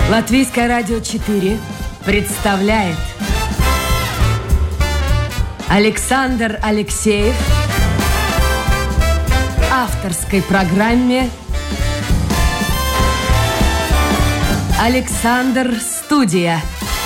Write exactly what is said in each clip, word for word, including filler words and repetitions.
Латвийское радио четыре представляет Александр Алексеев в авторской программе «Александр Студия».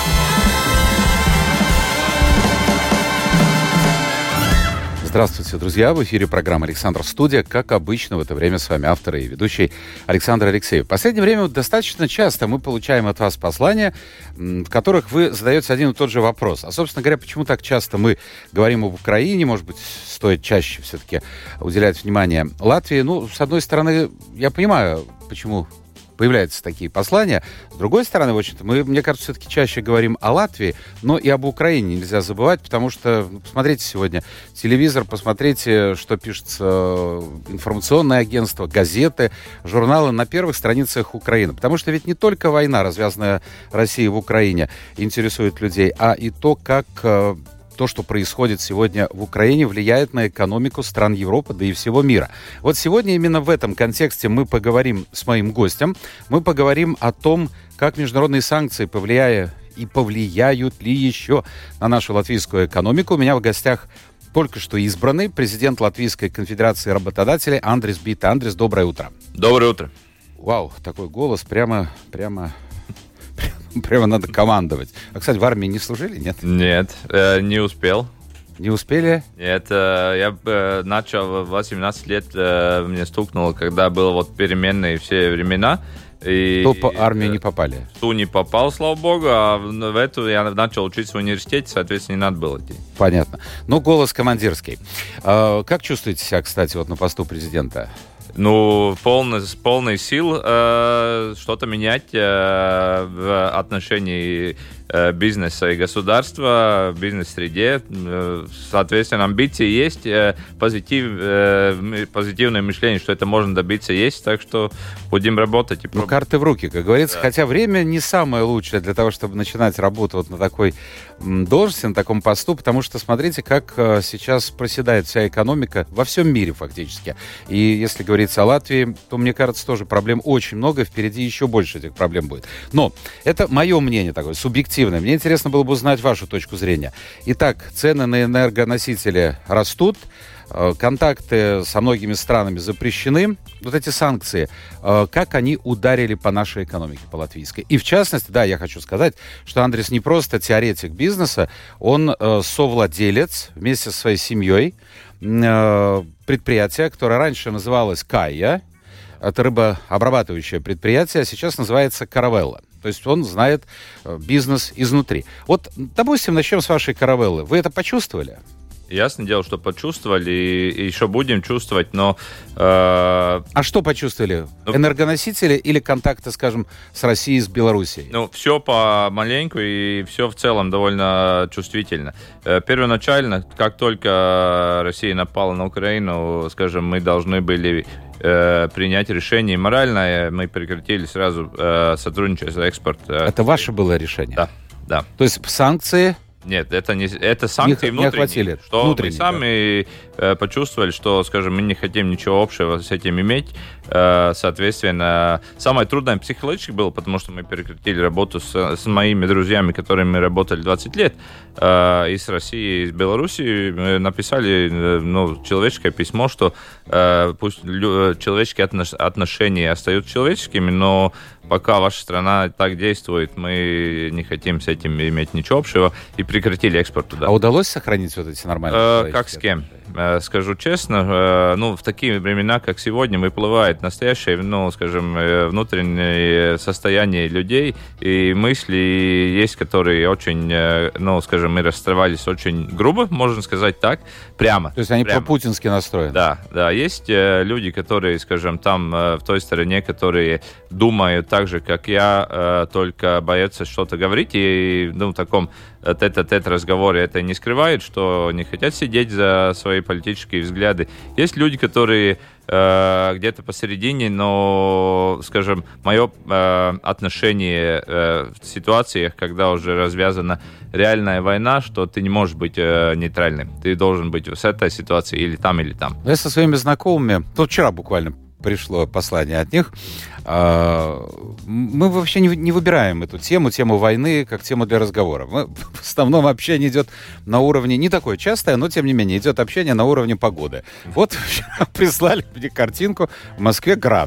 Здравствуйте, друзья! В эфире программа «Александр Студия». Как обычно, в это время с вами автор и ведущий Александр Алексеев. В последнее время достаточно часто мы получаем от вас послания, в которых вы задаете один и тот же вопрос. А, собственно говоря, почему так часто мы говорим об Украине? Может быть, стоит чаще все-таки уделять внимание Латвии? Ну, с одной стороны, я понимаю, почему появляются такие послания. С другой стороны, в общем-то, мы, мне кажется, все-таки чаще говорим о Латвии, но и об Украине нельзя забывать, потому что, ну, посмотрите сегодня телевизор, посмотрите, что пишется информационное агентство, газеты, журналы на первых страницах Украины. Потому что ведь не только война, развязанная Россией в Украине, интересует людей, а и то, как то, что происходит сегодня в Украине, влияет на экономику стран Европы, да и всего мира. Вот сегодня именно в этом контексте мы поговорим с моим гостем. Мы поговорим о том, как международные санкции повлияют и повлияют ли еще на нашу латвийскую экономику. У меня в гостях только что избранный президент Латвийской конфедерации работодателей Андрис Бита. Андрис, доброе утро. Доброе утро. Вау, такой голос, прямо, прямо... Прямо надо командовать. А, кстати, в армии не служили, нет? Нет, э, не успел. Не успели? Нет, э, я э, начал в восемнадцать лет, э, мне стукнуло, когда было вот переменные все времена. И, То по армию не попали? В ту не попал, слава богу, а в, в эту я начал учиться в университете, соответственно, не надо было идти. Понятно. Ну, голос командирский. Э, как чувствуете себя, кстати, вот на посту президента? Ну, полный, полный сил э, что-то менять э, в отношении э, бизнеса и государства, в бизнес-среде. Э, соответственно, амбиции есть, э, позитив, э, позитивное мышление, что это можно добиться, есть, так что будем работать. И ну, карты в руки, как говорится. Да. Хотя время не самое лучшее для того, чтобы начинать работу вот на такой должности, на таком посту, потому что смотрите, как э, сейчас проседает вся экономика во всем мире фактически. И если говорить о Латвии, то, мне кажется, тоже проблем очень много, впереди еще больше этих проблем будет. Но это мое мнение такое, субъективное. Мне интересно было бы узнать вашу точку зрения. Итак, цены на энергоносители растут, контакты со многими странами запрещены. Вот эти санкции, как они ударили по нашей экономике, по латвийской? И в частности, да, я хочу сказать, что Андрис не просто теоретик бизнеса, он совладелец вместе со своей семьей предприятие, которое раньше называлось Кая, это рыбообрабатывающее предприятие, а сейчас называется Каравелла. То есть он знает бизнес изнутри. Вот, допустим, начнем с вашей Каравеллы. Вы это почувствовали? Ясное дело, что почувствовали и еще будем чувствовать, но... Э... А что почувствовали? Ну, энергоносители или контакты, скажем, с Россией, с Белоруссией? Ну, все помаленьку и все в целом довольно чувствительно. Первоначально, как только Россия напала на Украину, скажем, мы должны были э, принять решение моральное, мы прекратили сразу э, сотрудничать за экспорт. Это ваше было решение? Да, да. То есть санкции... Нет, это не это санкции не, внутренние, не что внутренние, мы сами да. почувствовали, что, скажем, мы не хотим ничего общего с этим иметь. Соответственно, самое трудное психологически было, потому что мы прекратили работу с, с моими друзьями, которыми мы работали двадцать лет, из России, из Белоруссии. Мы написали ну, человеческое письмо, что пусть человеческие отношения остаются человеческими, но пока ваша страна так действует, мы не хотим с этим иметь ничего общего, и прекратили экспорт туда. А удалось сохранить вот эти нормальные? Э, как с кем? Э, скажу честно, э, ну, в такие времена, как сегодня, выплывает настоящее, ну, скажем, э, внутреннее состояние людей, и мысли есть, которые очень, э, ну, скажем, мы расставались очень грубо, можно сказать так, прямо. То есть они прямо. пропутински настроены? Да, да, есть э, люди, которые, скажем, там, э, в той стороне, которые думают так же, как я, э, только боятся что-то говорить, и, ну, в таком тет-а-тет разговоре это не скрывает, что не хотят сидеть за свои политические взгляды. Есть люди, которые э, где-то посередине, но, скажем, мое э, отношение э, в ситуациях, когда уже развязана реальная война, что ты не можешь быть э, нейтральным. Ты должен быть с этой ситуацией или там, или там. Я со своими знакомыми, вот вчера буквально пришло послание от них. Мы вообще не выбираем эту тему, тему войны, как тему для разговора. Мы, в основном общение идет на уровне, не такое частое, но тем не менее, идет общение на уровне погоды. Вот прислали мне картинку: в Москве град.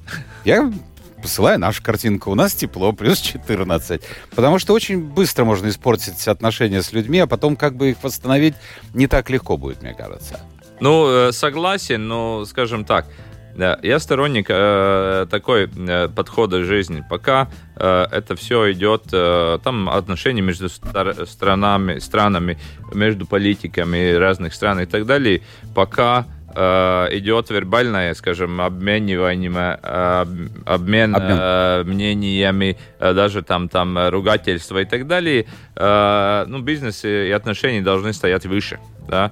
Я посылаю нашу картинку. У нас тепло, плюс четырнадцать. Потому что очень быстро можно испортить отношения с людьми, а потом как бы их восстановить не так легко будет, мне кажется. Ну, согласен, но, скажем так, я сторонник э, такой э, подхода к жизни. Пока э, это все идет, э, там отношения между стар- странами, странами, между политиками разных стран и так далее, пока э, идет вербальное, скажем, обменивание, э, обмен, обмен. Э, мнениями, э, даже там, там ругательства и так далее, э, ну, бизнес и отношения должны стоять выше. Да?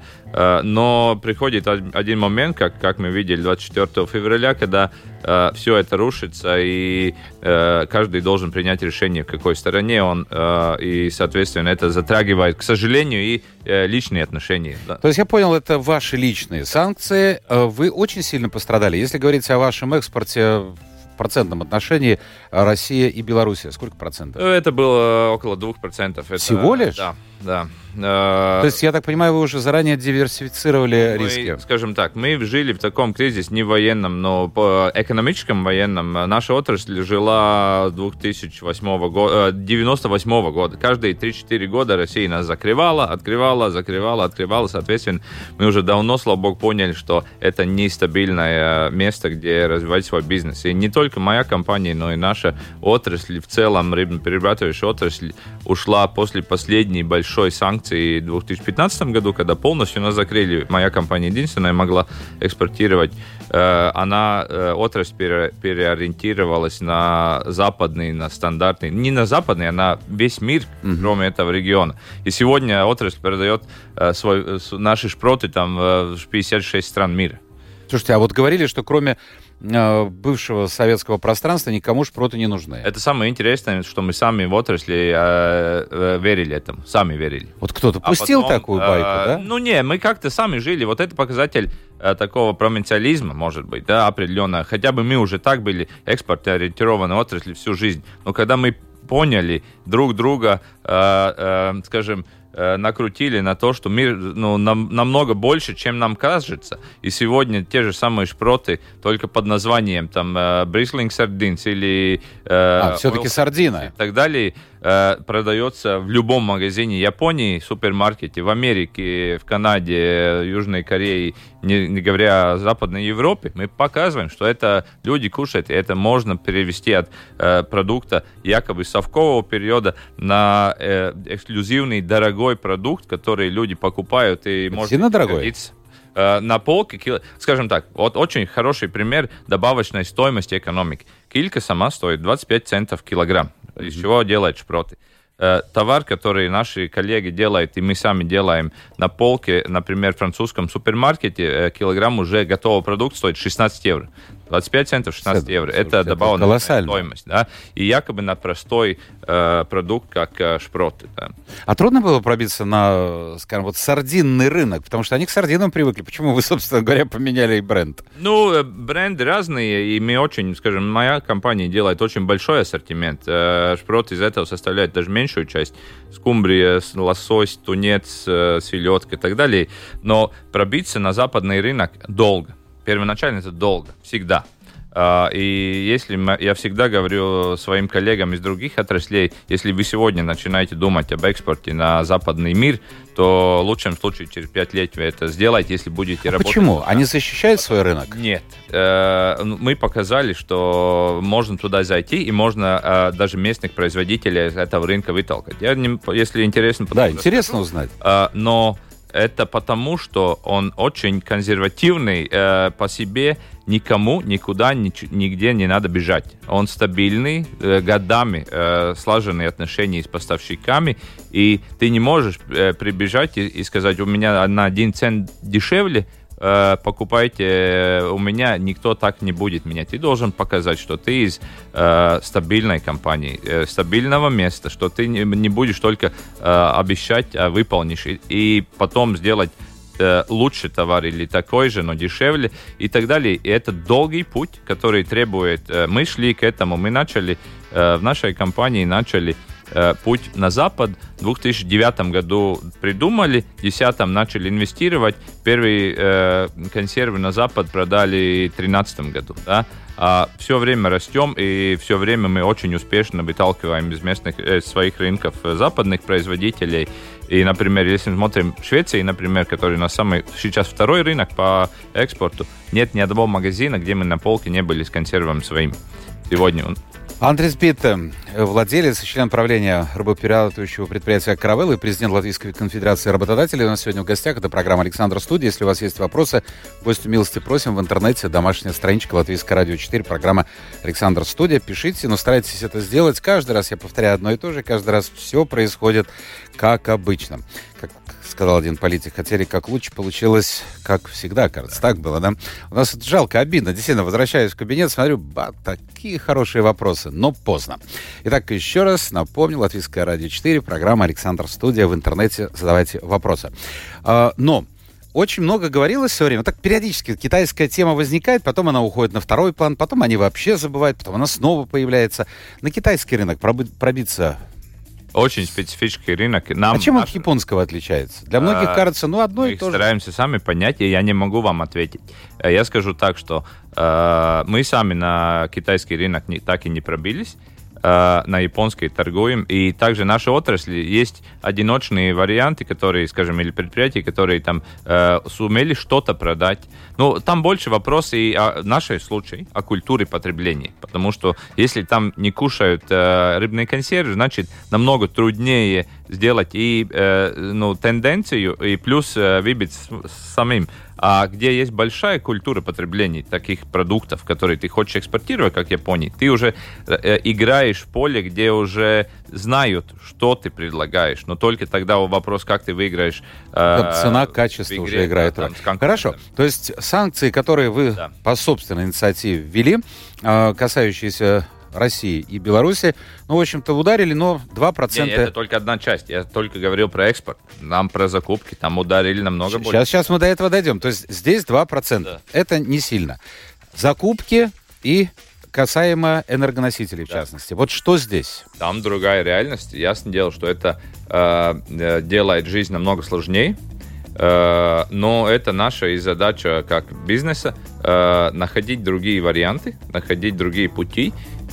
Но приходит один момент, как, как мы видели двадцать четвёртого февраля, когда э, все это рушится, и э, каждый должен принять решение, в какой стороне он, э, и, соответственно, это затрагивает, к сожалению, и э, личные отношения. Да. То есть я понял, это ваши личные санкции. Вы очень сильно пострадали. Если говорить о вашем экспорте в процентном отношении, Россия и Белоруссия, сколько процентов? Это было около двух процентов. Это, всего лишь? Да, да. То есть, я так понимаю, вы уже заранее диверсифицировали мы, риски? Скажем так, мы жили в таком кризисе, не военном, но по экономическом военном. Наша отрасль жила с две тысячи восьмого года, девяносто восьмого года. Каждые три-четыре года Россия нас закрывала, открывала, закрывала, открывала. Соответственно, мы уже давно, слава богу, поняли, что это нестабильное место, где развивать свой бизнес. И не только моя компания, но и наша отрасль в целом, рыбно-перерабатывающая отрасль, ушла после последней большой санкции в две тысячи пятнадцатом году, когда полностью нас закрыли. Моя компания единственная могла экспортировать. Она, отрасль переориентировалась на западный, на стандартный, не на западный, а на весь мир, mm-hmm. кроме этого региона. И сегодня отрасль продает свой, наши шпроты там, в пятьдесят шесть стран мира. Слушайте, а вот говорили, что кроме бывшего советского пространства никому шпроты не нужны. Это самое интересное, что мы сами в отрасли э, э, верили этому, сами верили. Вот кто-то пустил а потом, такую байку, э, да? Ну не, мы как-то сами жили. Вот это показатель э, такого провинциализма, может быть, да, определенно. Хотя бы мы уже так были экспортоориентированы отрасли всю жизнь. Но когда мы поняли друг друга, э, э, скажем, накрутили на то, что мир ну, нам, намного больше, чем нам кажется. И сегодня те же самые шпроты, только под названием там Bristling Sardines или э, а, все-таки сардина и так далее, э, продается в любом магазине Японии, супермаркете, в Америке, в Канаде, Южной Корее, не, не говоря о Западной Европе. Мы показываем, что это люди кушают, и это можно перевести от э, продукта якобы совкового периода на э, эксклюзивный, дорогой продукт, который люди покупают и может сильно дорогой? Гордиться. На полке, скажем так, вот очень хороший пример добавочной стоимости экономики. Килька сама стоит двадцать пять центов килограмм. Mm-hmm. Из чего делают шпроты? Товар, который наши коллеги делают, и мы сами делаем на полке, например, в французском супермаркете, килограмм уже готового продукта стоит шестнадцать евро. двадцать пять центов, шестнадцать евро. Это, это добавленная стоимость. Да? И якобы на простой э, продукт, как э, шпроты. Да. А трудно было пробиться на, скажем, вот сардинный рынок? Потому что они к сардинам привыкли. Почему вы, собственно говоря, поменяли и бренд? Ну, бренды разные, и мы очень, скажем, моя компания делает очень большой ассортимент. Э, шпрот из этого составляет даже меньшую часть. Скумбрия, лосось, тунец, э, селедка и так далее. Но пробиться на западный рынок долго. Первоначально это долго, всегда. И если мы, я всегда говорю своим коллегам из других отраслей, если вы сегодня начинаете думать об экспорте на западный мир, то в лучшем случае через пять лет вы это сделаете, если будете а работать. Почему? Они защищают свой рынок? Нет. Мы показали, что можно туда зайти, и можно даже местных производителей из этого рынка вытолкать. Я, если интересно... Да, интересно узнать. Но... Это потому, что он очень консервативный э, по себе, никому никуда нич- нигде не надо бежать. Он стабильный, э, годами э, слаженные отношения с поставщиками, и ты не можешь э, прибежать и, и сказать, у меня на один цент дешевле, э, покупайте у меня, никто так не будет менять. Ты должен показать, что ты из э, стабильной компании, э, стабильного места, что ты не, не будешь только э, обещать, а выполнишь, и, и потом сделать э, лучший товар или такой же, но дешевле и так далее. И это долгий путь, который требует... Э, мы шли к этому, мы начали, э, в нашей компании начали э, путь на Запад. В две тысячи девятом году придумали, в две тысячи десятом начали инвестировать. Первые э, консервы на Запад продали в две тысячи тринадцатом году. Да? А все время растем, и все время мы очень успешно выталкиваем из местных, э, своих рынков западных производителей. И, например, если мы смотрим в Швеции, например, который у нас самый сейчас второй рынок по экспорту, нет ни одного магазина, где мы на полке не были с консервами своим. Сегодня он... Андрис Бит, владелец и член правления рыбоперерабатывающего предприятия «Каравелл» и президент Латвийской конфедерации работодателей. У нас сегодня в гостях. Это программа «Александр Студия». Если у вас есть вопросы, гостю милости просим в интернете. Домашняя страничка Латвийское радио четыре, программа «Александр Студия». Пишите, но старайтесь это сделать. Каждый раз я повторяю одно и то же. Каждый раз все происходит как обычно. Как сказал один политик, хотели как лучше, получилось как всегда, кажется. Так было, да? У нас это жалко, обидно. Действительно, возвращаюсь в кабинет, смотрю, ба, такие хорошие вопросы, но поздно. Итак, еще раз напомню, Латвийское радио четыре, программа «Александр Студия». В интернете задавайте вопросы. А, но... Очень много говорилось все время. Так периодически китайская тема возникает, потом она уходит на второй план, потом они вообще забывают, потом она снова появляется. На китайский рынок пробиться... Очень специфический рынок. Нам а чем он наш... от японского отличается? Для многих а, кажется, ну, одно и то же. Мы стараемся сами понять, и я не могу вам ответить. Я скажу так, что э, мы сами на китайский рынок не, так и не пробились. На японской торгуем. И также наши отрасли есть одиночные варианты, которые, скажем, или предприятия, которые там э, сумели что-то продать. Но там больше вопросов и о нашей случае, о культуре потребления. Потому что если там не кушают э, рыбные консервы, значит, намного труднее сделать и э, ну, тенденцию, и плюс э, выбить самим. А где есть большая культура потребления таких продуктов, которые ты хочешь экспортировать, как Япония, ты уже э, играешь в поле, где уже знают, что ты предлагаешь. Но только тогда вопрос, как ты выиграешь. Э, Цена, качество игре, уже играет роль. Да, хорошо. То есть санкции, которые вы да. по собственной инициативе ввели, э, касающиеся России и Беларуси, ну, в общем-то, ударили, но два процента... Нет, это только одна часть. Я только говорил про экспорт. Нам про закупки там ударили намного сейчас, больше. Сейчас мы до этого дойдем. То есть здесь два процента. Да. Это не сильно. Закупки и касаемо энергоносителей, в да. частности. Вот что здесь? Там другая реальность. Ясно дело, что это э, делает жизнь намного сложнее. Uh, но это наша и задача как бизнеса uh, находить другие варианты, находить другие пути.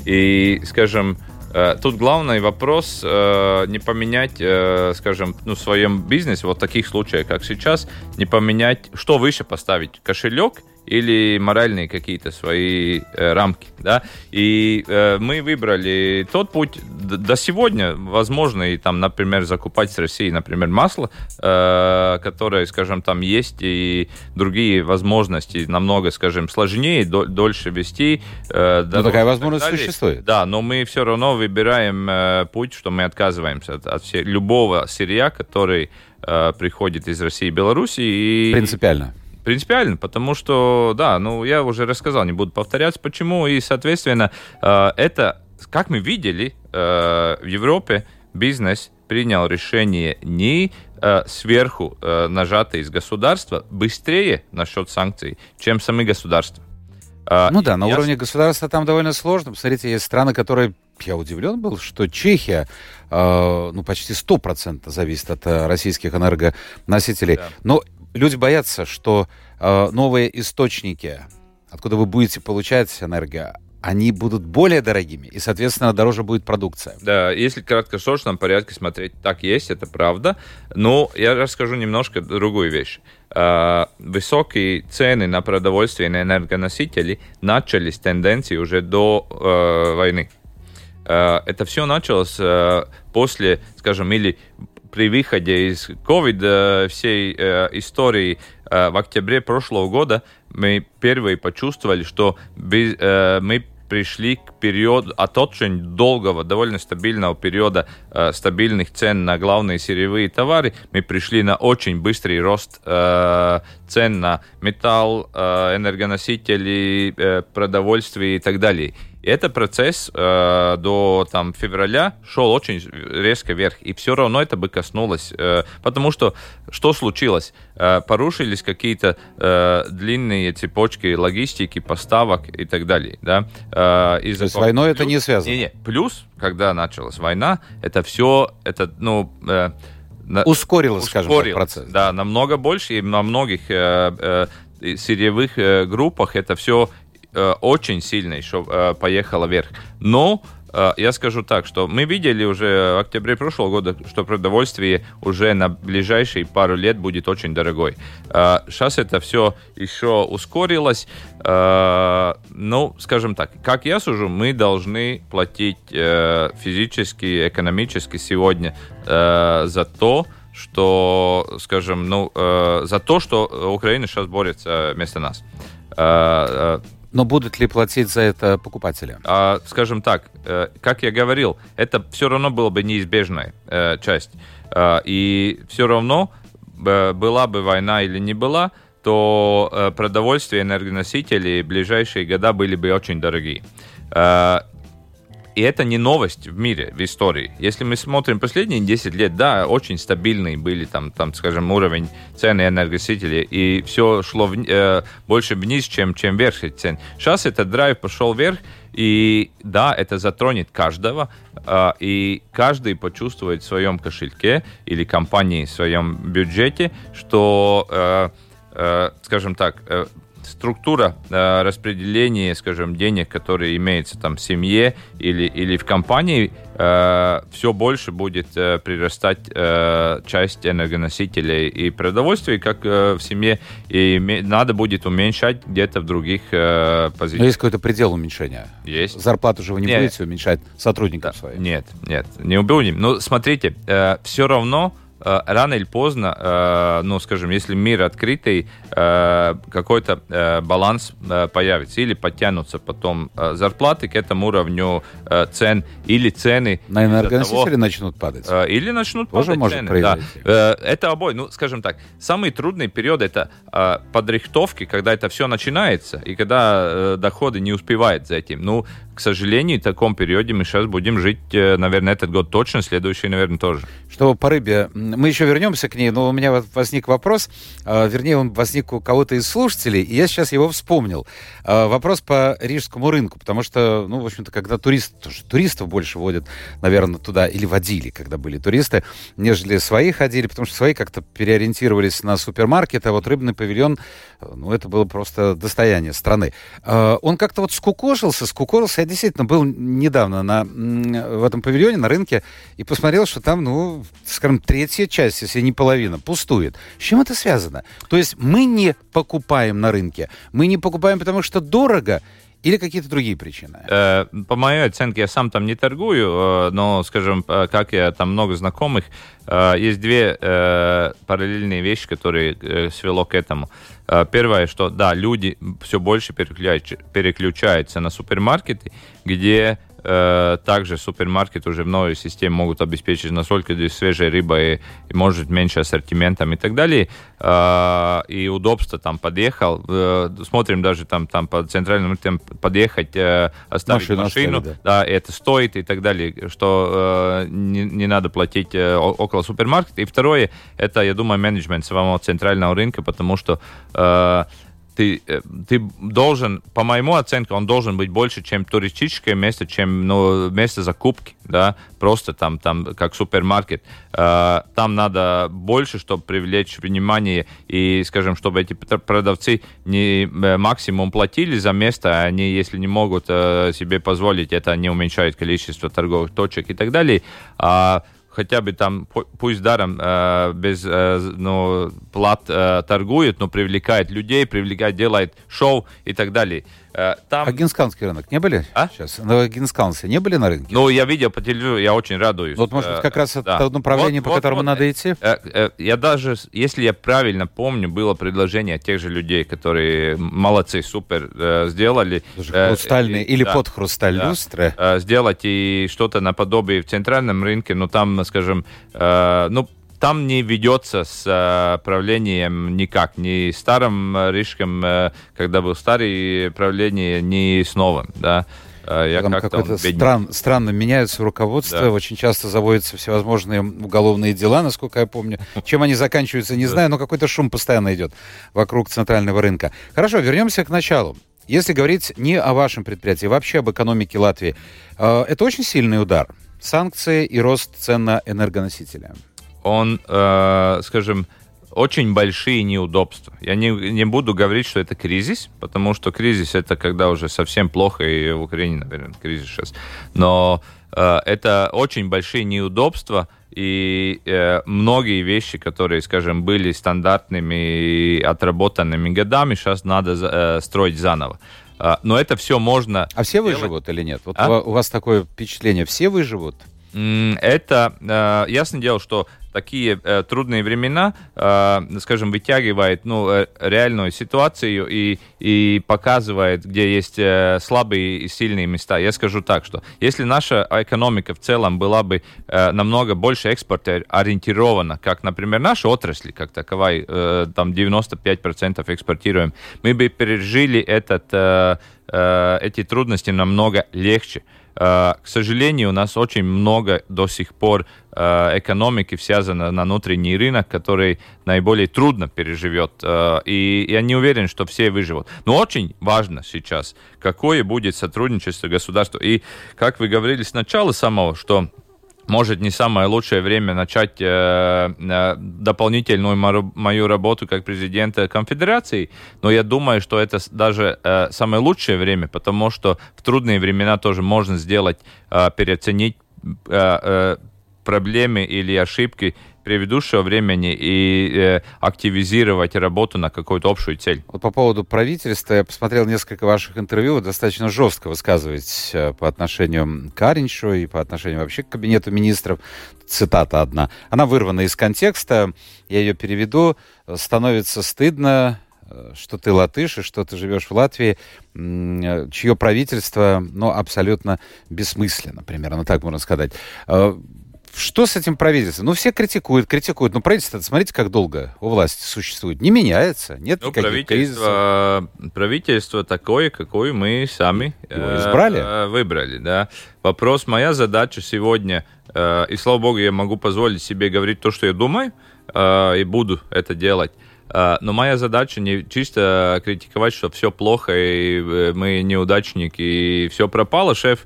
И, скажем, uh, тут главный вопрос uh, не поменять, uh, скажем, ну, в своем бизнесе, вот в таких случаях, как сейчас, не поменять, что выше поставить, кошелек или моральные какие-то свои э, рамки, да, и э, мы выбрали тот путь. До сегодня возможно и там, например, закупать с России, например, масло, э, которое, скажем, там есть, и другие возможности намного, скажем, сложнее, дол- дольше вести. Э, но такая возможность существует. Да, но мы все равно выбираем э, путь, что мы отказываемся от, от все, любого сырья, который э, приходит из России и Беларуси. И... Принципиально. Принципиально, потому что, да, ну, я уже рассказал, не буду повторяться, почему, и, соответственно, э, это, как мы видели, э, в Европе бизнес принял решение не э, сверху э, нажатое из государства быстрее насчет санкций, чем сами государства. Э, ну да, на я... уровне государства там довольно сложно. Посмотрите, есть страны, которые... Я удивлен был, что Чехия э, ну, почти сто процентов зависит от э, российских энергоносителей. Да. Но люди боятся, что э, новые источники, откуда вы будете получать энергию, они будут более дорогими, и, соответственно, дороже будет продукция. Да, если в краткосрочном порядке смотреть, так есть, это правда. Но я расскажу немножко другую вещь. Э, высокие цены на продовольствие и на энергоносители начались тенденции уже до э, войны. Э, это все началось э, после, скажем, или при выходе из ковида всей э, истории э, в октябре прошлого года мы первые почувствовали, что без, э, мы пришли к периоду от очень долгого, довольно стабильного периода э, стабильных цен на главные сырьевые товары. Мы пришли на очень быстрый рост э, цен на металл, э, энергоносители, э, продовольствие и так далее. И этот процесс э, до там, февраля шел очень резко вверх, и все равно это бы коснулось, э, потому что что случилось? Э, порушились какие-то э, длинные цепочки логистики, поставок и так далее. Да? Э, То есть с войной плюс, это не связано? Не, не. Плюс, когда началась война, это все, это, ну... Э, ускорилось, скажем так, процесс. Да, намного больше, и на многих э, э, сырьевых э, группах это все очень сильно еще поехало вверх. Но я скажу так, что мы видели уже в октябре прошлого года, что продовольствие уже на ближайшие пару лет будет очень дорогой. Сейчас это все еще ускорилось. Ну, скажем так, как я сужу, мы должны платить физически, экономически сегодня за то, что, скажем, ну, за то, что Украина сейчас борется вместо нас. Но будут ли платить за это покупатели? А, скажем так, э, как я говорил, это все равно была бы неизбежная э, часть. Э, и все равно, э, была бы война или не была, то э, продовольствие, энергоносители в ближайшие года были бы очень дорогие. Э, И это не новость в мире, в истории. Если мы смотрим последние десять лет, да, очень стабильные были, там, там скажем, уровень цены энергоносителей, и все шло в, э, больше вниз, чем, чем вверх цен. Сейчас этот драйв пошел вверх, и да, это затронет каждого, э, и каждый почувствует в своем кошельке или компании в своем бюджете, что, э, э, скажем так, э, структура э, распределения, скажем, денег, которые имеются там в семье или, или в компании, э, все больше будет э, прирастать э, часть энергоносителей и продовольствия, как э, в семье, и ме- надо будет уменьшать где-то в других э, позициях. Но есть какой-то предел уменьшения? Есть. Зарплату же вы не нет. будете уменьшать сотрудникам да. своим? Нет, нет, не убудем. Но смотрите, э, все равно рано или поздно, э, ну, скажем, если мир открытый, э, какой-то э, баланс э, появится. Или подтянутся потом э, зарплаты к этому уровню э, цен, или цены... На энергоносители того, начнут падать? Э, или начнут Тоже падать может цены. произойти. Да. Э, это обои. Ну, скажем так, самый трудный период — это э, подрихтовки, когда это все начинается, и когда э, доходы не успевают за этим. Ну, к сожалению, в таком периоде мы сейчас будем жить, э, наверное, этот год точно, следующий, наверное, тоже. Что по рыбе... Мы еще вернемся к ней, но у меня возник вопрос, э, вернее, он возник у кого-то из слушателей, и я сейчас его вспомнил. Э, вопрос по рижскому рынку, потому что, ну, в общем-то, когда туристы, тоже туристов больше водят, наверное, туда, или водили, когда были туристы, нежели свои ходили, потому что свои как-то переориентировались на супермаркет, а вот рыбный павильон, ну, это было просто достояние страны. Э, он как-то вот скукожился, скукожился. Я действительно был недавно на, в этом павильоне, на рынке, и посмотрел, что там, ну, скажем, третья часть, если не половина, пустует. С чем это связано? То есть мы не покупаем на рынке, мы не покупаем, потому что дорого, или какие-то другие причины? Э, по моей оценке, я сам там не торгую, э, но, скажем, как я там много знакомых, э, есть две э, параллельные вещи, которые э, свело к этому. Э, первое, что, да, люди все больше переключаются, переключаются на супермаркеты, где э, также супермаркет уже в новой системе могут обеспечить настолько свежей рыбой и, может, меньше ассортиментом и так далее. Э, и удобство там подъехал. Э, смотрим даже там, там по центральному там подъехать, э, оставить машину, машину оставить, да. Да, это стоит и так далее, что э, не, не надо платить э, около супермаркета. И второе, это, я думаю, менеджмент самого центрального рынка, потому что э, Ты, ты должен, по моему оценке, он должен быть больше, чем туристическое место, чем ну, место закупки, да, просто там, там как супермаркет. Э, там надо больше, чтобы привлечь внимание и, скажем, чтобы эти продавцы не максимум платили за место, а они, если не могут э, себе позволить, это не уменьшает количество торговых точек и так далее. А хотя бы там, пусть даром, э, без э, ну, плат э, торгует, но привлекает людей, привлекает, делает шоу и так далее. Э, там... А Гинсканский рынок не были? А? Сейчас. На Гинскансе не были на рынке? Ну, я видел по телевизору, я очень радуюсь. Вот, может быть, как раз э, это да. направление, вот, по вот, которому вот, надо идти? Э, э, я даже, если я правильно помню, было предложение от тех же людей, которые молодцы, супер, э, сделали. Даже хрустальные э, или да, под хрусталь да, люстры. Э, сделать и что-то наподобие в центральном рынке, но там, скажем, э, ну, там не ведется с э, правлением никак. Ни старым рижским, э, когда был старый правление, ни с новым, да. Я Там какое-то стран, странно меняются руководства, да. Очень часто заводятся всевозможные уголовные дела, насколько я помню. Чем они заканчиваются, не знаю, но какой-то шум постоянно идет вокруг центрального рынка. Хорошо, вернемся к началу. Если говорить не о вашем предприятии, вообще об экономике Латвии, это очень сильный удар. Санкции и рост цен на энергоносители. Он, э, скажем, очень большие неудобства. Я не, не буду говорить, что это кризис, потому что кризис — это когда уже совсем плохо, и в Украине, наверное, кризис сейчас. Но э, это очень большие неудобства, и э, многие вещи, которые, скажем, были стандартными и отработанными годами, сейчас надо э, строить заново. Э, но это все можно... А все делать... выживут или нет? Вот а? У вас такое впечатление, все выживут? Это э, ясное дело, что такие э, трудные времена, э, скажем, вытягивает ну, э, реальную ситуацию и, и показывает, где есть э, слабые и сильные места. Я скажу так, что если наша экономика в целом была бы э, намного больше экспорта ориентирована, как, например, наши отрасли, как таковая, э, там девяносто пять процентов экспортируем, мы бы пережили этот, э, э, эти трудности намного легче. Uh, к сожалению, у нас очень много до сих пор uh, экономики связано на внутренний рынок, который наиболее трудно переживет. Uh, и я не уверен, что все выживут. Но очень важно сейчас, какое будет сотрудничество государства. И, как вы говорили сначала самого, что может, не самое лучшее время начать э, э, дополнительную мою, мою работу как президента конфедерации, но я думаю, что это даже э, самое лучшее время, потому что в трудные времена тоже можно сделать, э, переоценить э, э, проблемы или ошибки предыдущего времени и э, активизировать работу на какую-то общую цель. Вот по поводу правительства, я посмотрел несколько ваших интервью, вы достаточно жестко высказываетесь э, по отношению к Кариншу и по отношению вообще к кабинету министров. Цитата одна. Она вырвана из контекста, я ее переведу. «Становится стыдно, что ты латыш и что ты живешь в Латвии, чье правительство, ну, абсолютно бессмысленно», примерно так можно сказать. Что с этим правительством? Ну, все критикуют, критикуют. Но правительство, смотрите, как долго у власти существует. Не меняется, нет ну, никаких правительство, кризисов. Правительство такое, какое мы сами Его избрали? Э, выбрали. Да. Вопрос, моя задача сегодня, э, и слава богу, я могу позволить себе говорить то, что я думаю, э, и буду это делать. Uh, но моя задача не чисто критиковать, что все плохо, и мы неудачники, и все пропало, шеф,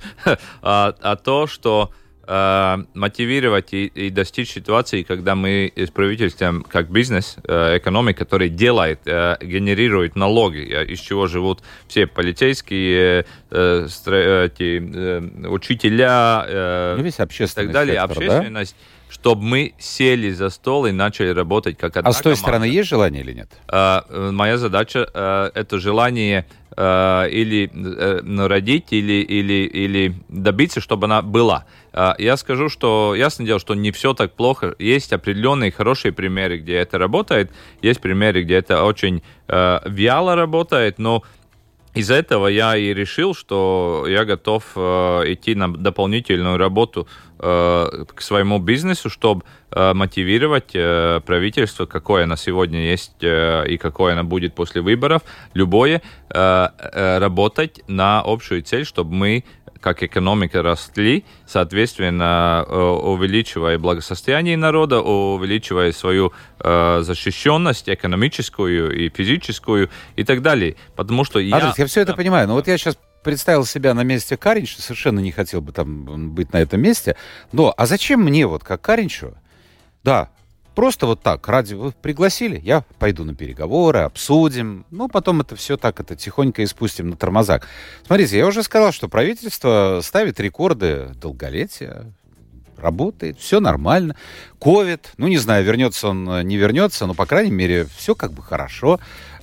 а, а то, что uh, мотивировать и, и достичь ситуации, когда мы с правительством, как бизнес, uh, экономика, который делает, uh, генерирует налоги, uh, из чего живут все полицейские, uh, стро- эти, uh, учителя, uh, весь общественный и так далее, сектор, общественность. Да? Чтобы мы сели за стол и начали работать как одна команда. А с той команда. стороны есть желание или нет? Uh, моя задача uh, это желание uh, или uh, родить, или, или, или добиться, чтобы она была. Uh, я скажу, что ясно дело, что не все так плохо. Есть определенные хорошие примеры, где это работает. Есть примеры, где это очень uh, вяло работает, но из-за этого я и решил, что я готов э, идти на дополнительную работу э, к своему бизнесу, чтобы э, мотивировать э, правительство, какое оно сегодня есть э, и какое оно будет после выборов, любое, э, э, работать на общую цель, чтобы мы, как экономика, росли, соответственно, увеличивая благосостояние народа, увеличивая свою э, защищенность экономическую и физическую и так далее. Потому что я... Адрес, я все это да. понимаю, но вот я сейчас представил себя на месте Каринча, совершенно не хотел бы там быть на этом месте, но а зачем мне вот как Каринчу, да, просто вот так, ради вы пригласили, я пойду на переговоры, обсудим, ну, потом это все так, это тихонько испустим на тормозах. Смотрите, я уже сказал, что правительство ставит рекорды долголетия, работает, все нормально. Ковид, ну, не знаю, вернется он, не вернется, но, по крайней мере, все как бы хорошо.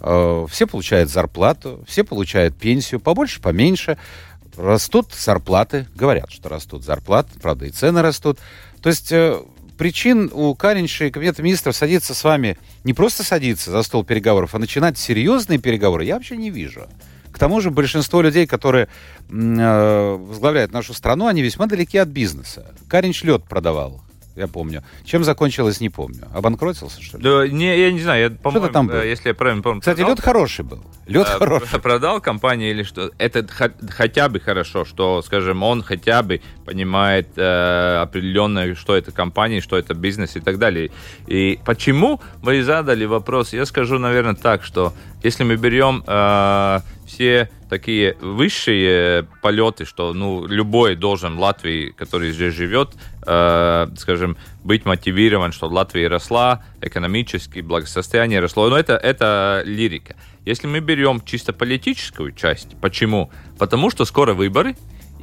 Все получают зарплату, все получают пенсию, побольше, поменьше. Растут зарплаты, говорят, что растут зарплаты, правда, и цены растут. То есть... Причин у Каринша и Кабинета министров садиться с вами, не просто садиться за стол переговоров, а начинать серьезные переговоры я вообще не вижу. К тому же большинство людей, которые э, возглавляют нашу страну, они весьма далеки от бизнеса. Каринш лед продавал я помню. Чем закончилось, не помню. Обанкротился, что ли? Да, не, я не знаю, я, по-моему, там было? если я правильно помню... Кстати, продал, лед хороший был. Лед э, хороший. Продал компанию или что? Это х- хотя бы хорошо, что, скажем, он хотя бы понимает э, определенно, что это компания, что это бизнес и так далее. И почему вы задали вопрос? Я скажу, наверное, так, что если мы берем э, все такие высшие полеты, что ну, любой должен в Латвии, который здесь живет, э, скажем, быть мотивирован, что Латвия росла, экономически благосостояние росло. Но это, это лирика. Если мы берем чисто политическую часть, почему? Потому что скоро выборы,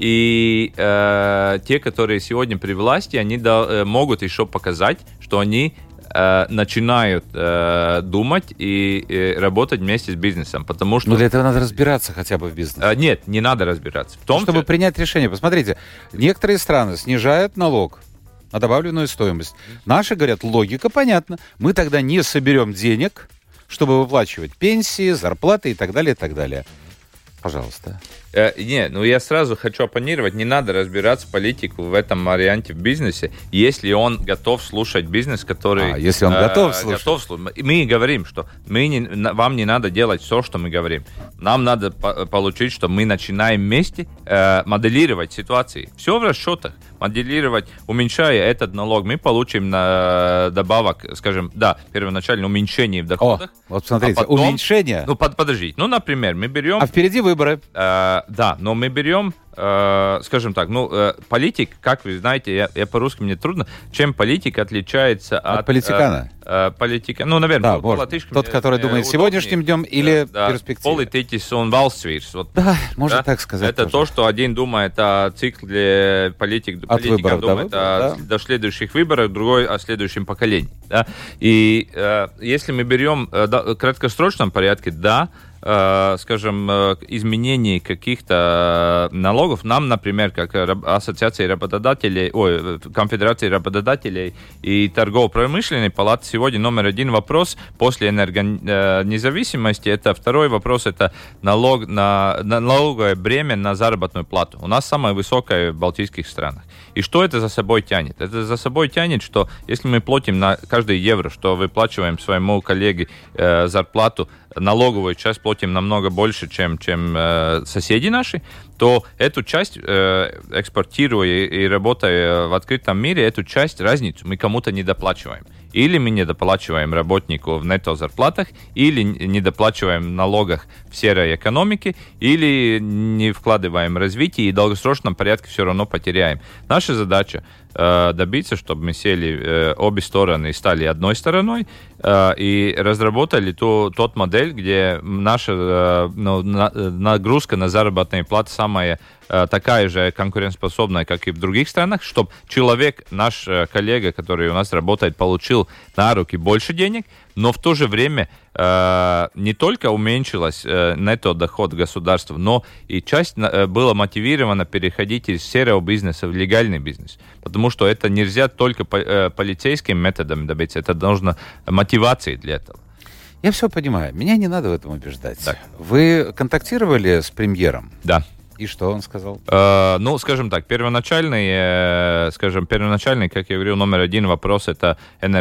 и э, те, которые сегодня при власти, они да, э, могут еще показать, что они э, начинают э, думать и э, работать вместе с бизнесом, потому что... Но для этого надо разбираться хотя бы в бизнесе. Э, нет, не надо разбираться. В том, Чтобы что... принять решение. Посмотрите, некоторые страны снижают налог на добавленную стоимость. Наши говорят, логика понятна. Мы тогда не соберем денег, чтобы выплачивать пенсии, зарплаты и так далее, и так далее. Пожалуйста. Э, не, ну я сразу хочу оппонировать, не надо разбираться в политику в этом варианте в бизнесе, если он готов слушать бизнес, который... А, если он э, готов слушать. Готов слушать. Мы говорим, что мы не, вам не надо делать все, что мы говорим. Нам надо по- получить, что мы начинаем вместе э, моделировать ситуации. Все в расчетах. Моделировать, уменьшая этот налог, мы получим на добавок, скажем, да, первоначально уменьшение в доходах. О, вот смотрите, а потом, уменьшение. Ну, под, подождите. Ну, например, мы берем... А впереди выборы. Э, да, но мы берем, э, скажем так, ну, э, политик, как вы знаете, я, я по-русски мне трудно, чем политик отличается от... От политикана? Э, э, политика, ну, наверное, Да, по- может. по-латышски Тот, мне- который мне думает удобнее. сегодняшним днем или Да, перспективой. Политикис он valstsvīrs. Вот, Да, можно да? так сказать. Это тоже. то, что один думает о цикле политик, От политика выборов до думает выборов, о, да. до следующих выборов, другой о следующем поколении. Да? И э, если мы берем э, да, в краткосрочном порядке, да, э, скажем, э, изменений каких-то налогов, нам, например, как Ассоциация работодателей, ой, Конфедерация работодателей и торгово-промышленной палаты сегодня номер один вопрос после энергонезависимости, это второй вопрос, это налог на, налоговое бремя на заработную плату. У нас самое высокое в балтийских странах. И что это за собой тянет? Это за собой тянет, что если мы платим на каждый евро, что выплачиваем своему коллеге э, зарплату, налоговую часть платим намного больше, чем, чем э, соседи наши, то эту часть, э, экспортируя и, и работая в открытом мире, эту часть, разницу мы кому-то недоплачиваем. Или мы недоплачиваем работнику в нетто-зарплатах, или недоплачиваем в налогах в серой экономике, или не вкладываем в развитие, и в долгосрочном порядке все равно потеряем. Наша задача э, добиться, чтобы мы сели э, обе стороны и стали одной стороной, э, и разработали ту, тот модель, где наша э, ну, на, нагрузка на заработные платы самая такая же конкурентоспособная, как и в других странах, чтобы человек, наш коллега, который у нас работает, получил на руки больше денег, но в то же время э, не только уменьшилась э, нетто-доход государства, но и часть э, была мотивирована переходить из серого бизнеса в легальный бизнес. Потому что это нельзя только по, э, полицейским методом добиться, это нужно мотивации для этого. Я все понимаю, меня не надо в этом убеждать. Так. Вы контактировали с премьером? Да. И что он сказал? Э, ну, скажем так, первоначальный, э, скажем, первоначальный, как я говорил, номер один вопрос — это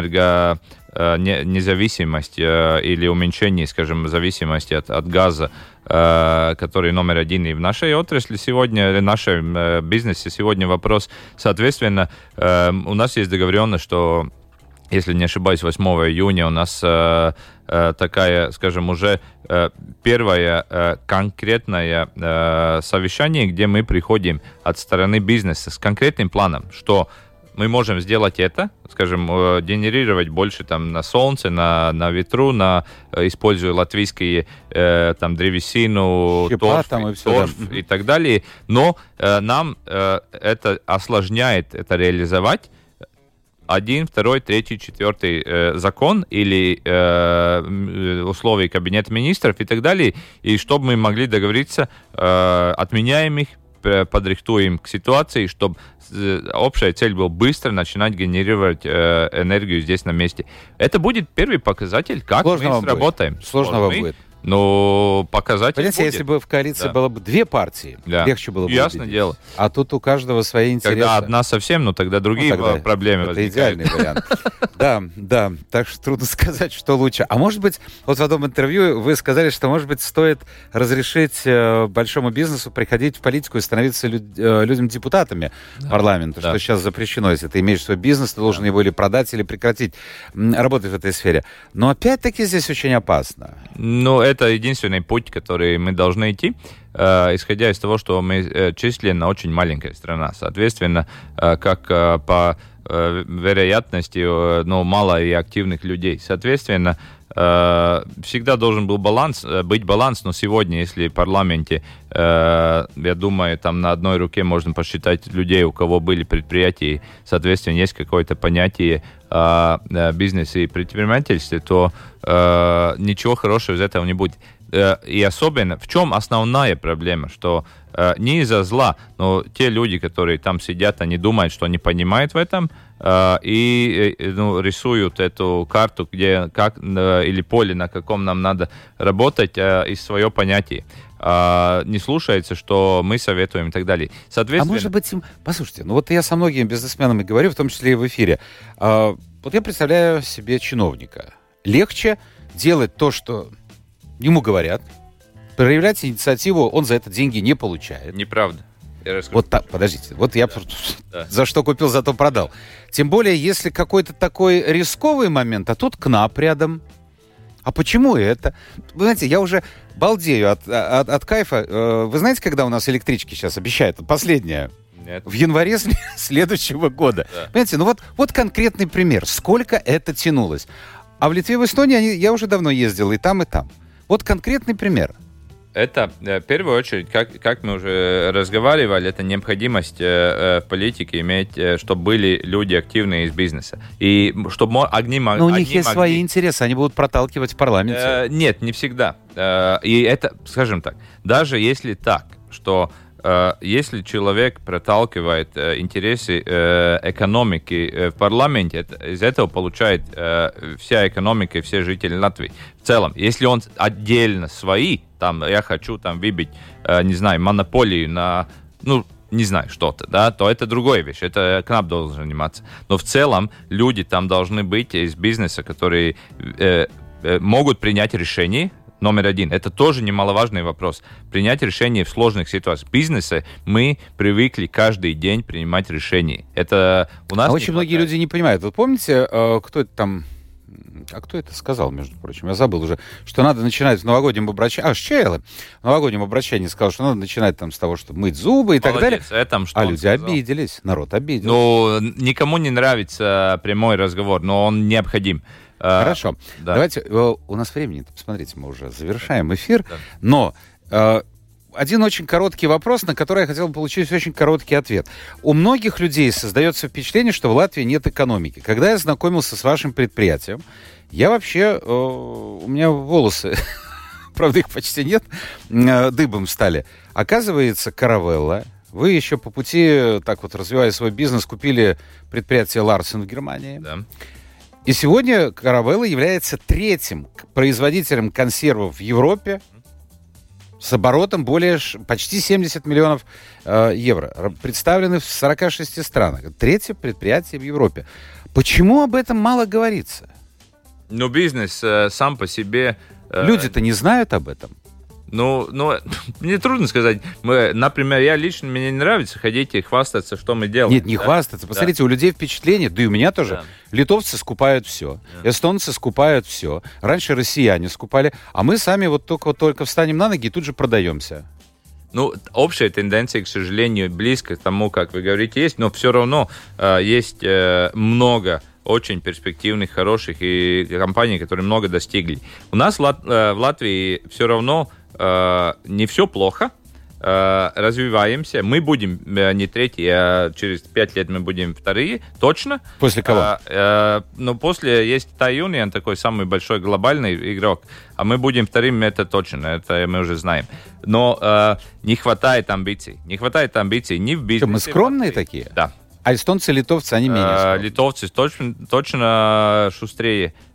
энергонезависимость э, или уменьшение, скажем, зависимости от, от газа, э, который номер один и в нашей отрасли сегодня, или в нашем э, бизнесе сегодня вопрос. Соответственно, э, у нас есть договоренность, что, если не ошибаюсь, восьмого июня у нас э, э, такая, скажем, уже э, первое э, конкретное э, совещание, где мы приходим от стороны бизнеса с конкретным планом, что мы можем сделать это, скажем, э, генерировать больше там на солнце, на, на ветру, на, э, используя латвийские э, там древесину, Щепа, торф, там и и, всё, торф да. и так далее. Но э, нам э, это осложняет это реализовать. Один, второй, третий, четвертый э, закон или э, условия Кабинета министров и так далее, и чтобы мы могли договориться, э, отменяем их, подрихтуем к ситуации, чтобы общая цель была быстро начинать генерировать э, энергию здесь на месте. Это будет первый показатель, как Сложного мы сработаем. будет. Сложного мы, будет. Но показатель Понимаете, будет. если бы в коалиции Да. было бы две партии, Да. легче было бы Ясно убедить. дело. А тут у каждого свои интересы. Когда одна совсем, ну тогда другие Ну, тогда проблемы это возникают. идеальный вариант. Да, да, так что трудно сказать, что лучше. А может быть, вот в одном интервью вы сказали, что, может быть, стоит разрешить э, большому бизнесу приходить в политику и становиться лю- э, людям-депутатами парламента, Да. что сейчас запрещено. Если ты имеешь свой бизнес, ты должен его или продать, или прекратить м, работать в этой сфере. Но опять-таки здесь очень опасно. Ну, это единственный путь, который мы должны идти, э, исходя из того, что мы э, численно очень маленькая страна. Соответственно, э, как э, по э, вероятности, э, ну, мало и активных людей. Соответственно, э, всегда должен был баланс, э, быть баланс, но сегодня, если в парламенте, э, я думаю, там на одной руке можно посчитать людей, у кого были предприятия, соответственно, есть какое-то понятие о э, бизнесе и предпринимательстве, то э, ничего хорошего из этого не будет. Э, и особенно, в чем основная проблема, что э, не из-за зла, но те люди, которые там сидят, они думают, что они понимают в этом, э, и э, ну, рисуют эту карту, где как, э, или поле, на каком нам надо работать, э, из своего понятия. Uh, не слушается, что мы советуем и так далее. Соответственно... А может быть, им... послушайте, ну вот я со многими бизнесменами говорю, в том числе и в эфире. А, вот я представляю себе чиновника. Легче делать то, что ему говорят, проявлять инициативу, он за это деньги не получает. Неправда. Я расскажу. Вот так, подождите, вот я Да. за что купил, зато продал. Тем более, если какой-то такой рисковый момент, а тут КНАП рядом. А почему это? Вы знаете, я уже балдею от, от, от кайфа. Вы знаете, когда у нас электрички сейчас обещают? Последняя. Нет. В январе следующего года. Да. Понимаете, ну вот, вот конкретный пример. Сколько это тянулось. А в Литве, в Эстонии они, я уже давно ездил и там, и там. Вот конкретный пример. Это, в первую очередь, как, как мы уже разговаривали, это необходимость э, в политике иметь, э, чтобы были люди активные из бизнеса. И чтобы они могли... Но у них есть могли... свои интересы, они будут проталкивать в парламенте. Э, нет, не всегда. Э, и это, скажем так, даже если так, что э, если человек проталкивает э, интересы э, экономики э, в парламенте, это, из этого получает э, вся экономика и все жители Латвии. В целом, если он отдельно свои, там, я хочу там выбить, э, не знаю, монополию на, ну, не знаю, что-то, да, то это другая вещь, это КНАП должен заниматься. Но в целом люди там должны быть из бизнеса, которые э, э, могут принять решение. Номер один. Это тоже немаловажный вопрос. Принять решение в сложных ситуациях. В бизнесе мы привыкли каждый день принимать решения. Это у нас. А очень многие люди не понимают. Вы помните, э, кто это там... А кто это сказал, между прочим? Я забыл уже, что надо начинать в новогоднем обращении. А, Щейлы. В новогоднем обращении сказал, что надо начинать там с того, чтобы мыть зубы и Молодец. так далее. Этом, что а он люди сказал. обиделись. Народ обиделся. Ну, никому не нравится прямой разговор, но он необходим. Хорошо. А, да. Давайте, у нас времени, посмотрите, мы уже завершаем эфир, Да. но э, один очень короткий вопрос, на который я хотел бы получить очень короткий ответ. У многих людей создается впечатление, что в Латвии нет экономики. Когда я знакомился с вашим предприятием, я вообще, э, у меня волосы, правда их почти нет, э, дыбом стали. Оказывается, Caravella, вы еще по пути, так вот развивая свой бизнес, купили предприятие Larsen в Германии. Да. И сегодня Caravella является третьим производителем консервов в Европе с оборотом более ш- почти семьдесят миллионов э, евро. Р- Представлены в сорока шести странах. Третье предприятие в Европе. Почему об этом мало говорится? Ну, бизнес э, сам по себе... э, Люди-то не знают об этом. Ну, ну, мне трудно сказать. Мы, например, я лично, мне не нравится ходить и хвастаться, что мы делаем. Нет, не да? хвастаться. Посмотрите, у людей впечатление, да и у меня тоже. Да. Литовцы скупают все, эстонцы скупают все. Раньше россияне скупали, а мы сами вот только, вот только встанем на ноги и тут же продаемся. Ну, общая тенденция, к сожалению, близко к тому, как вы говорите, есть, но все равно э, есть э, много очень перспективных, хороших и компаний, которые много достигли. У нас в, Лат- э, в Латвии все равно э, не все плохо. Э, развиваемся. Мы будем э, не третьи, а через пять лет мы будем вторые, точно. После кого? А, э, но после есть Thai Union, такой самый большой глобальный игрок, а мы будем вторым, это точно, это мы уже знаем. Но э, не хватает амбиций. Не хватает амбиций ни в бизнесе. Что, мы скромные в Латвии. такие? Да. А эстонцы, литовцы, они менее Э, скромные. Литовцы точно, точно шустрее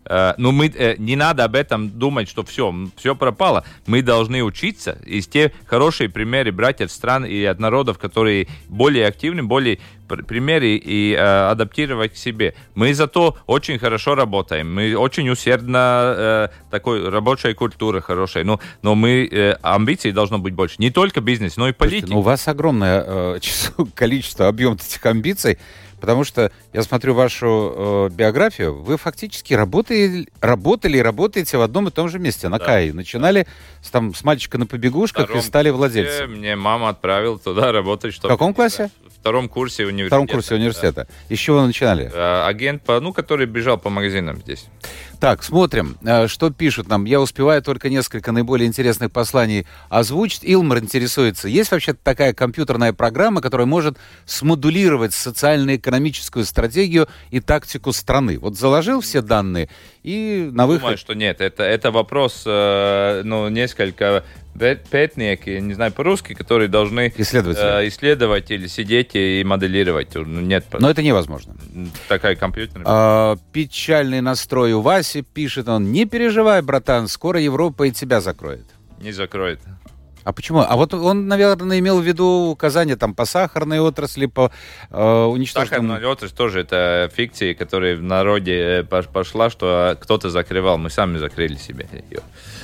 Э, но мы, э, не надо об этом думать, что все, все пропало. Мы должны учиться из те хорошие примеры брать от стран и от народов, которые более активны, более примеры и э, адаптировать к себе. Мы зато очень хорошо работаем, мы очень усердно, э, такой рабочая культура хорошая, но, но мы, э, амбиций должно быть больше. Не только бизнес, но и политика. Ну, у вас огромное э, число, количество, объем этих амбиций, потому что я смотрю вашу э, биографию, вы фактически работали, работали и работаете в одном и том же месте, на да, КАИ. Начинали да. с, там, с мальчика на побегушках Втором и стали владельцем. Мне мама отправила туда работать. Чтобы... В каком классе? В втором курсе университета. В втором курсе университета. Да. Из чего вы начинали? А, агент, по, ну, который бежал по магазинам здесь. Так, смотрим, что пишут нам. Я успеваю только несколько наиболее интересных посланий озвучить. Илмар интересуется, есть вообще такая компьютерная программа, которая может смодулировать социально-экономическую стратегию и тактику страны? Вот заложил все данные и на выход... Думаю, что нет. Это, это вопрос, э, ну, несколько... пятники, не знаю по-русски, которые должны э, исследовать или сидеть и моделировать. Нет. Но это невозможно. Такая компьютерная. А, печальный настрой у Васи, пишет он. Не переживай, братан, скоро Европа и тебя закроет. Не закроет. А почему? А вот он, наверное, имел в виду указания там по сахарной отрасли, по э, уничтожению... Сахарная отрасль тоже это фикция, которая в народе пошла, что кто-то закрывал. Мы сами закрыли себе ее.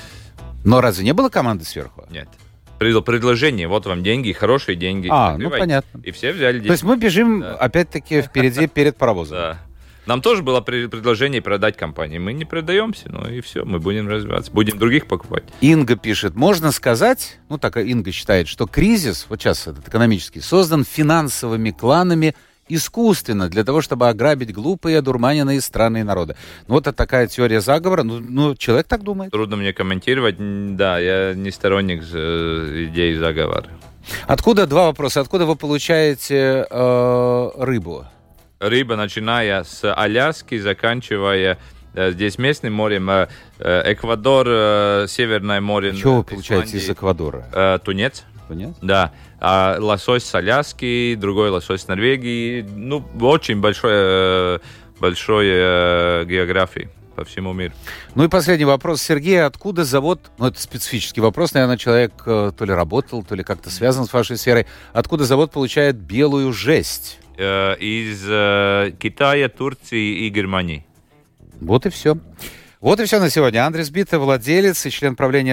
Но разве не было команды сверху? Нет. Предложение, вот вам деньги, хорошие деньги. А, ну понятно. И все взяли деньги. То есть мы бежим, да. опять-таки, впереди, перед паровозом. Да. Нам тоже было предложение продать компанию. Мы не продаемся, ну и все, мы будем развиваться, будем других покупать. Инга пишет, можно сказать, ну так Инга считает, что кризис, вот сейчас этот экономический, создан финансовыми кланами искусственно, для того, чтобы ограбить глупые, одурманенные страны и народы. Ну, вот это такая теория заговора. Ну, ну, человек так думает. Трудно мне комментировать. Да, я не сторонник э, идеи заговора. Откуда, два вопроса. Откуда вы получаете э, рыбу? Рыба, начиная с Аляски, заканчивая э, здесь местным морем, э, Эквадор, э, Северное море. Что вы получаете из Эквадора? Э, тунец. Тунец? Да. А лосось с Аляски, другой лосось с Норвегии. Ну, очень большой, большой э, географии по всему миру. Ну и последний вопрос. Сергей, откуда завод, ну это специфический вопрос, наверное, человек э, то ли работал, то ли как-то связан с вашей сферой. Откуда завод получает белую жесть? Э, из э, Китая, Турции и Германии. Вот и все. Вот и все на сегодня. Андрей Бита, владелец и член правления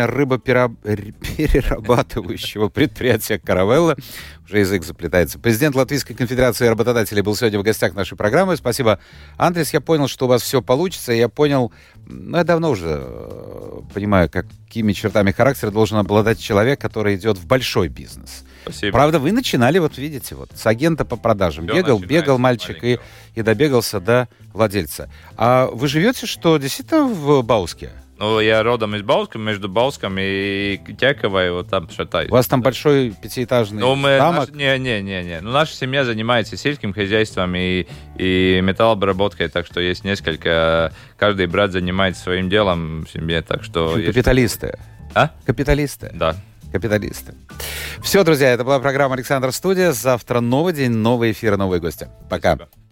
рыбоперерабатывающего предприятия «Каравелла». Уже язык заплетается. Президент Латвийской конфедерации работодателей был сегодня в гостях нашей программы. Спасибо, Андрей. Я понял, что у вас все получится. Я понял, ну, я давно уже понимаю, какими чертами характера должен обладать человек, который идет в большой бизнес. Спасибо. Правда, вы начинали, вот видите, вот с агента по продажам. Все бегал, бегал мальчик и, и добегался до владельца. А вы живете, что, действительно в Бауске? Ну, я родом из Бауска, между Бауском и Тяковой, вот там шатаюсь. У вас там большой пятиэтажный ну, мы, замок? Наш, не, не, не, не. Ну, наша семья занимается сельским хозяйством и, и металлообработкой, так что есть несколько... Каждый брат занимается своим делом в семье, так что... Капиталисты. Есть... А? Капиталисты. Да. Капиталисты. Все, друзья, это была программа «Александр Студия». Завтра новый день, новые эфиры, новые гости. Пока. Спасибо.